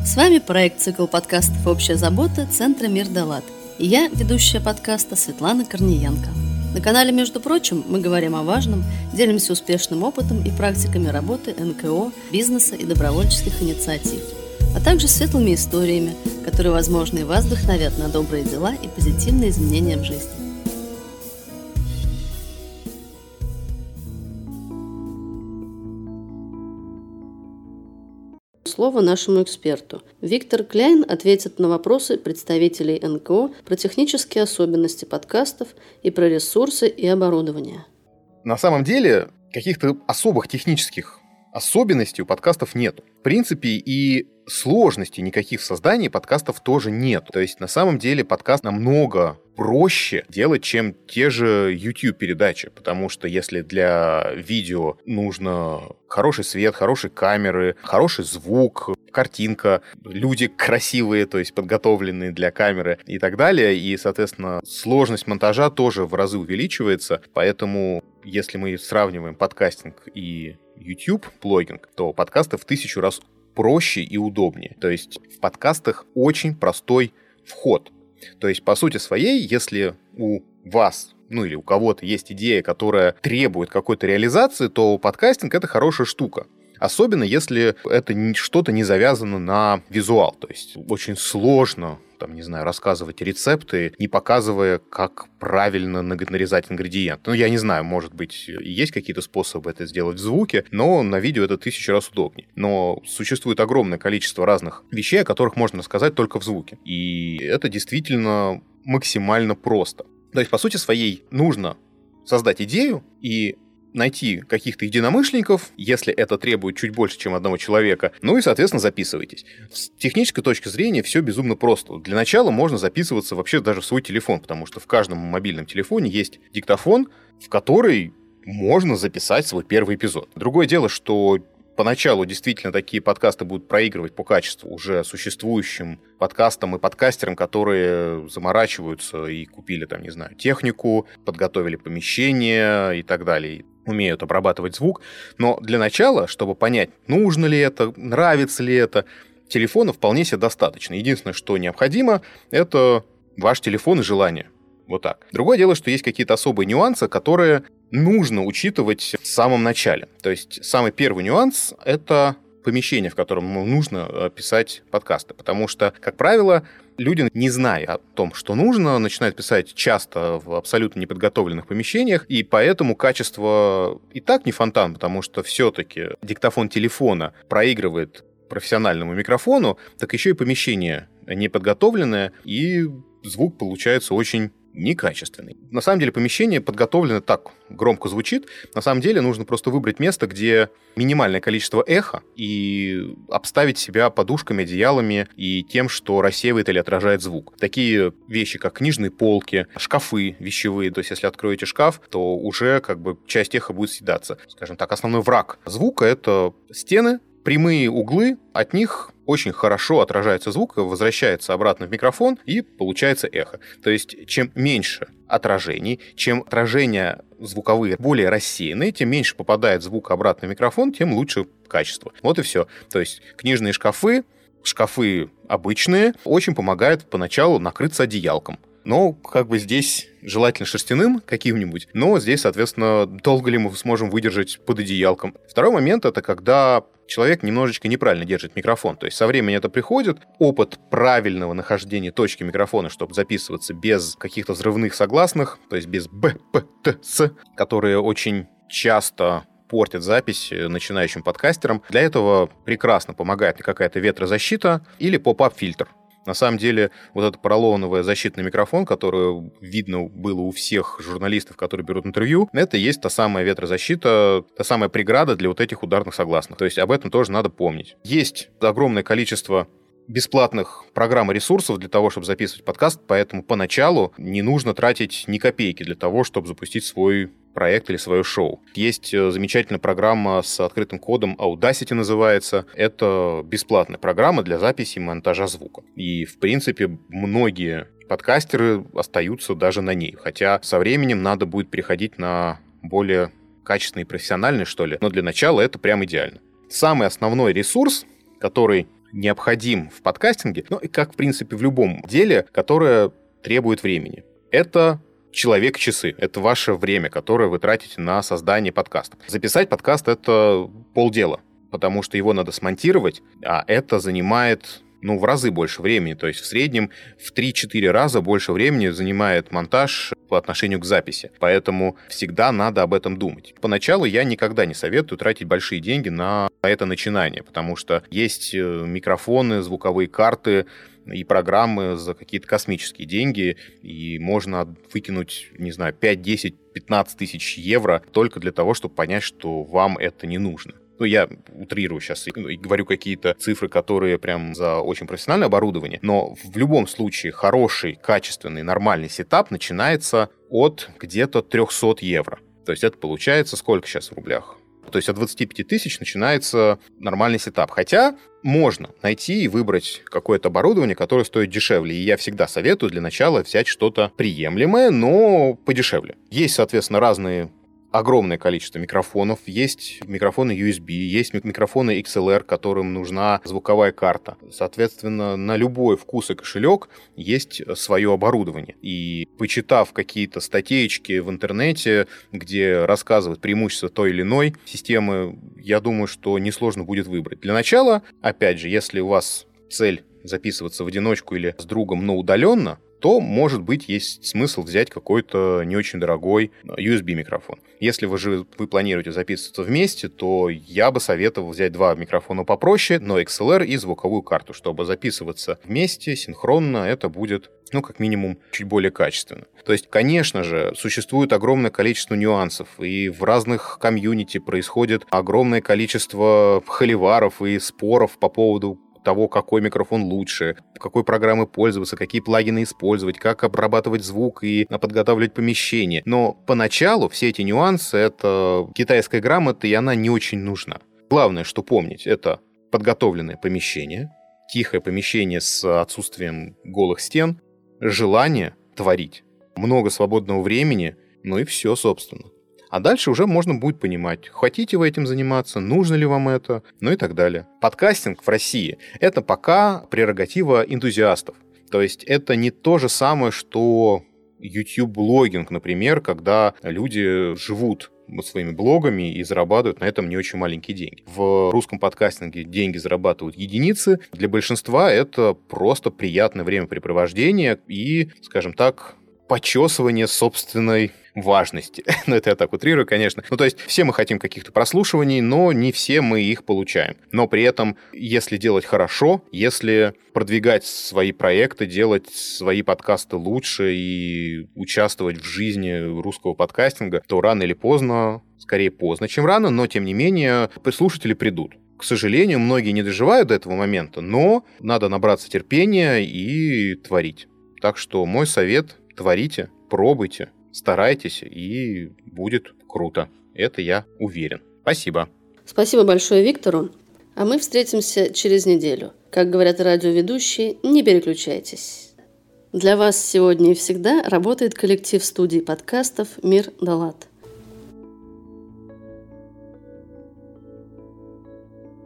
С вами проект «Цикл подкастов «Общая забота» Центра «Мир Далат». И я, ведущая подкаста Светлана Корниенко. На канале, между прочим, мы говорим о важном, делимся успешным опытом и практиками работы НКО, бизнеса и добровольческих инициатив, а также светлыми историями, которые, возможно, и вас вдохновят на добрые дела и позитивные изменения в жизни. Слово нашему эксперту. Виктор Кляйн ответит на вопросы представителей НКО про технические особенности подкастов и про ресурсы и оборудование. На самом деле, каких-то особых технических особенностей у подкастов нет. В принципе, и сложностей никаких в создании подкастов тоже нет. То есть, на самом деле, подкаст намного проще делать, чем те же YouTube-передачи. Потому что если для видео нужно хороший свет, хорошие камеры, хороший звук, картинка, люди красивые, то есть подготовленные для камеры и так далее, и, соответственно, сложность монтажа тоже в разы увеличивается. Поэтому, если мы сравниваем подкастинг и YouTube-блогинг, то подкасты в 1000 раз проще и удобнее. То есть в подкастах очень простой вход. То есть, по сути своей, если у вас, или у кого-то есть идея, которая требует какой-то реализации, то подкастинг — это хорошая штука. Особенно, если это что-то не завязано на визуал. То есть очень сложно, рассказывать рецепты, не показывая, как правильно нарезать ингредиент. Я не знаю, может быть, есть какие-то способы это сделать в звуке, но на видео это 1000 раз удобнее. Но существует огромное количество разных вещей, о которых можно рассказать только в звуке. И это действительно максимально просто. То есть, по сути своей, нужно создать идею и найти каких-то единомышленников, если это требует чуть больше, чем одного человека, и, соответственно, записывайтесь. С технической точки зрения все безумно просто. Для начала можно записываться вообще даже в свой телефон, потому что в каждом мобильном телефоне есть диктофон, в который можно записать свой первый эпизод. Другое дело, что поначалу действительно такие подкасты будут проигрывать по качеству уже существующим подкастам и подкастерам, которые заморачиваются и купили, технику, подготовили помещение и так далее, умеют обрабатывать звук. Но для начала, чтобы понять, нужно ли это, нравится ли это, телефона вполне себе достаточно. Единственное, что необходимо, это ваш телефон и желание. Вот так. Другое дело, что есть какие-то особые нюансы, которые нужно учитывать в самом начале. То есть самый первый нюанс — это помещение, в котором нужно писать подкасты. Потому что, как правило, люди, не зная о том, что нужно, начинают писать часто в абсолютно неподготовленных помещениях, и поэтому качество и так не фонтан, потому что все-таки диктофон телефона проигрывает профессиональному микрофону, так еще и помещение неподготовленное, и звук получается очень некачественный. На самом деле помещение подготовлено так, громко звучит. На самом деле нужно просто выбрать место, где минимальное количество эха, и обставить себя подушками, одеялами и тем, что рассеивает или отражает звук. Такие вещи, как книжные полки, шкафы вещевые. То есть если откроете шкаф, то уже часть эха будет съедаться. Скажем так, основной враг звука — это стены, прямые углы, от них очень хорошо отражается звук, возвращается обратно в микрофон, и получается эхо. То есть, чем меньше отражений, чем отражения звуковые более рассеянные, тем меньше попадает звук обратно в микрофон, тем лучше качество. Вот и все. То есть, книжные шкафы обычные, очень помогают поначалу накрыться одеялком. Но здесь желательно шерстяным каким-нибудь, но здесь, соответственно, долго ли мы сможем выдержать под одеялком. Второй момент — это когда человек немножечко неправильно держит микрофон. То есть со временем это приходит, опыт правильного нахождения точки микрофона, чтобы записываться без каких-то взрывных согласных, то есть без б, п, т, с, которые очень часто портят запись начинающим подкастерам. Для этого прекрасно помогает какая-то ветрозащита или поп-ап-фильтр. На самом деле, вот этот поролоновый защитный микрофон, который видно было у всех журналистов, которые берут интервью, это и есть та самая ветрозащита, та самая преграда для вот этих ударных согласных. То есть об этом тоже надо помнить. Есть огромное количество бесплатных программ и ресурсов для того, чтобы записывать подкаст, поэтому поначалу не нужно тратить ни копейки для того, чтобы запустить свой проект или свое шоу. Есть замечательная программа с открытым кодом, Audacity называется. Это бесплатная программа для записи и монтажа звука. И, в принципе, многие подкастеры остаются даже на ней. Хотя со временем надо будет переходить на более качественные и профессиональные, что ли. Но для начала это прям идеально. Самый основной ресурс, который необходим в подкастинге, ну и как, в принципе, в любом деле, которое требует времени. Это человек-часы. Это ваше время, которое вы тратите на создание подкаста. Записать подкаст — это полдела, потому что его надо смонтировать, а это занимает, в разы больше времени. То есть в среднем в 3-4 раза больше времени занимает монтаж по отношению к записи. Поэтому всегда надо об этом думать. Поначалу я никогда не советую тратить большие деньги на это начинание, потому что есть микрофоны, звуковые карты и программы за какие-то космические деньги, и можно выкинуть, 5, 10, 15 тысяч евро только для того, чтобы понять, что вам это не нужно. Я утрирую сейчас и говорю какие-то цифры, которые прям за очень профессиональное оборудование, но в любом случае хороший, качественный, нормальный сетап начинается от где-то 300 евро. То есть это получается сколько сейчас в рублях? То есть от 25 тысяч начинается нормальный сетап. Хотя можно найти и выбрать какое-то оборудование, которое стоит дешевле. И я всегда советую для начала взять что-то приемлемое, но подешевле. Есть, соответственно, огромное количество микрофонов. Есть микрофоны USB, есть микрофоны XLR, которым нужна звуковая карта. Соответственно, на любой вкус и кошелек есть свое оборудование. И почитав какие-то статейки в интернете, где рассказывают преимущества той или иной системы, я думаю, что несложно будет выбрать. Для начала, опять же, если у вас цель записываться в одиночку или с другом, но удаленно, то, может быть, есть смысл взять какой-то не очень дорогой USB-микрофон. Если вы планируете записываться вместе, то я бы советовал взять 2 микрофона попроще, но XLR и звуковую карту, чтобы записываться вместе, синхронно, это будет, как минимум, чуть более качественно. То есть, конечно же, существует огромное количество нюансов, и в разных комьюнити происходит огромное количество холиваров и споров по поводу того, какой микрофон лучше, какой программой пользоваться, какие плагины использовать, как обрабатывать звук и подготавливать помещение. Но поначалу все эти нюансы — это китайская грамота, и она не очень нужна. Главное, что помнить, это подготовленное помещение, тихое помещение с отсутствием голых стен, желание творить, много свободного времени, и все, собственно. А дальше уже можно будет понимать, хотите вы этим заниматься, нужно ли вам это, и так далее. Подкастинг в России — это пока прерогатива энтузиастов. То есть это не то же самое, что YouTube-блогинг, например, когда люди живут своими блогами и зарабатывают на этом не очень маленькие деньги. В русском подкастинге деньги зарабатывают единицы. Для большинства это просто приятное времяпрепровождение и, скажем так, почесывание собственной важности. Это я так утрирую, конечно. То есть все мы хотим каких-то прослушиваний, но не все мы их получаем. Но при этом, если делать хорошо, если продвигать свои проекты, делать свои подкасты лучше и участвовать в жизни русского подкастинга, то рано или поздно, скорее поздно, чем рано, но тем не менее слушатели придут. К сожалению, многие не доживают до этого момента, но надо набраться терпения и творить. Так что мой совет — творите, пробуйте, старайтесь, и будет круто. Это я уверен. Спасибо. Спасибо большое Виктору. А мы встретимся через неделю. Как говорят радиоведущие, не переключайтесь. Для вас сегодня и всегда работает коллектив студии подкастов «Мир Далат».